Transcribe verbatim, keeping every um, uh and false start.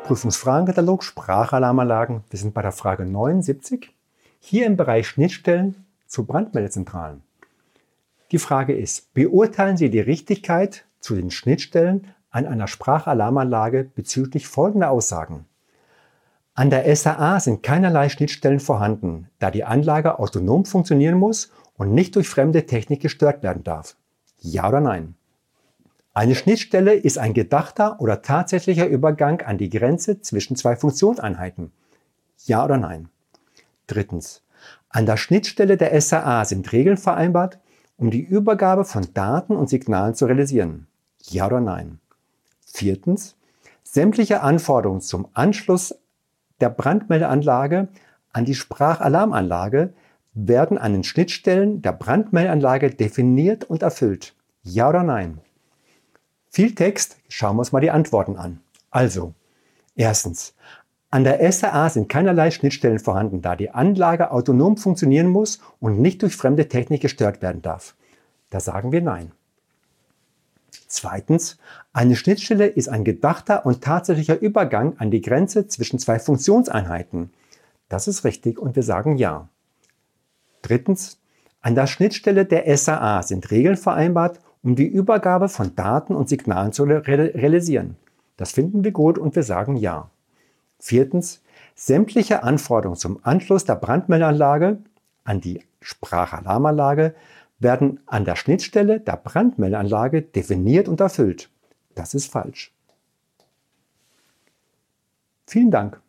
Prüfungsfragenkatalog Sprachalarmanlagen. Wir sind bei der Frage neunundsiebzig, hier im Bereich Schnittstellen zu Brandmeldezentralen. Die Frage ist, beurteilen Sie die Richtigkeit zu den Schnittstellen an einer Sprachalarmanlage bezüglich folgender Aussagen. An der S A A sind keinerlei Schnittstellen vorhanden, da die Anlage autonom funktionieren muss und nicht durch fremde Technik gestört werden darf. Ja oder nein? Eine Schnittstelle ist ein gedachter oder tatsächlicher Übergang an die Grenze zwischen zwei Funktionseinheiten. Ja oder nein? Drittens. An der Schnittstelle der S A A sind Regeln vereinbart, um die Übergabe von Daten und Signalen zu realisieren. Ja oder nein? Viertens. Sämtliche Anforderungen zum Anschluss der Brandmeldeanlage an die Sprachalarmanlage werden an den Schnittstellen der Brandmeldeanlage definiert und erfüllt. Ja oder nein? Viel Text, schauen wir uns mal die Antworten an. Also, erstens. An der S A A sind keinerlei Schnittstellen vorhanden, da die Anlage autonom funktionieren muss und nicht durch fremde Technik gestört werden darf. Da sagen wir nein. Zweitens. Eine Schnittstelle ist ein gedachter und tatsächlicher Übergang an die Grenze zwischen zwei Funktionseinheiten. Das ist richtig und wir sagen ja. Drittens. An der Schnittstelle der S A A sind Regeln vereinbart, um die Übergabe von Daten und Signalen zu realisieren. Das finden wir gut und wir sagen ja. Viertens. Sämtliche Anforderungen zum Anschluss der Brandmeldeanlage an die Sprachalarmanlage werden an der Schnittstelle der Brandmeldeanlage definiert und erfüllt. Das ist falsch. Vielen Dank.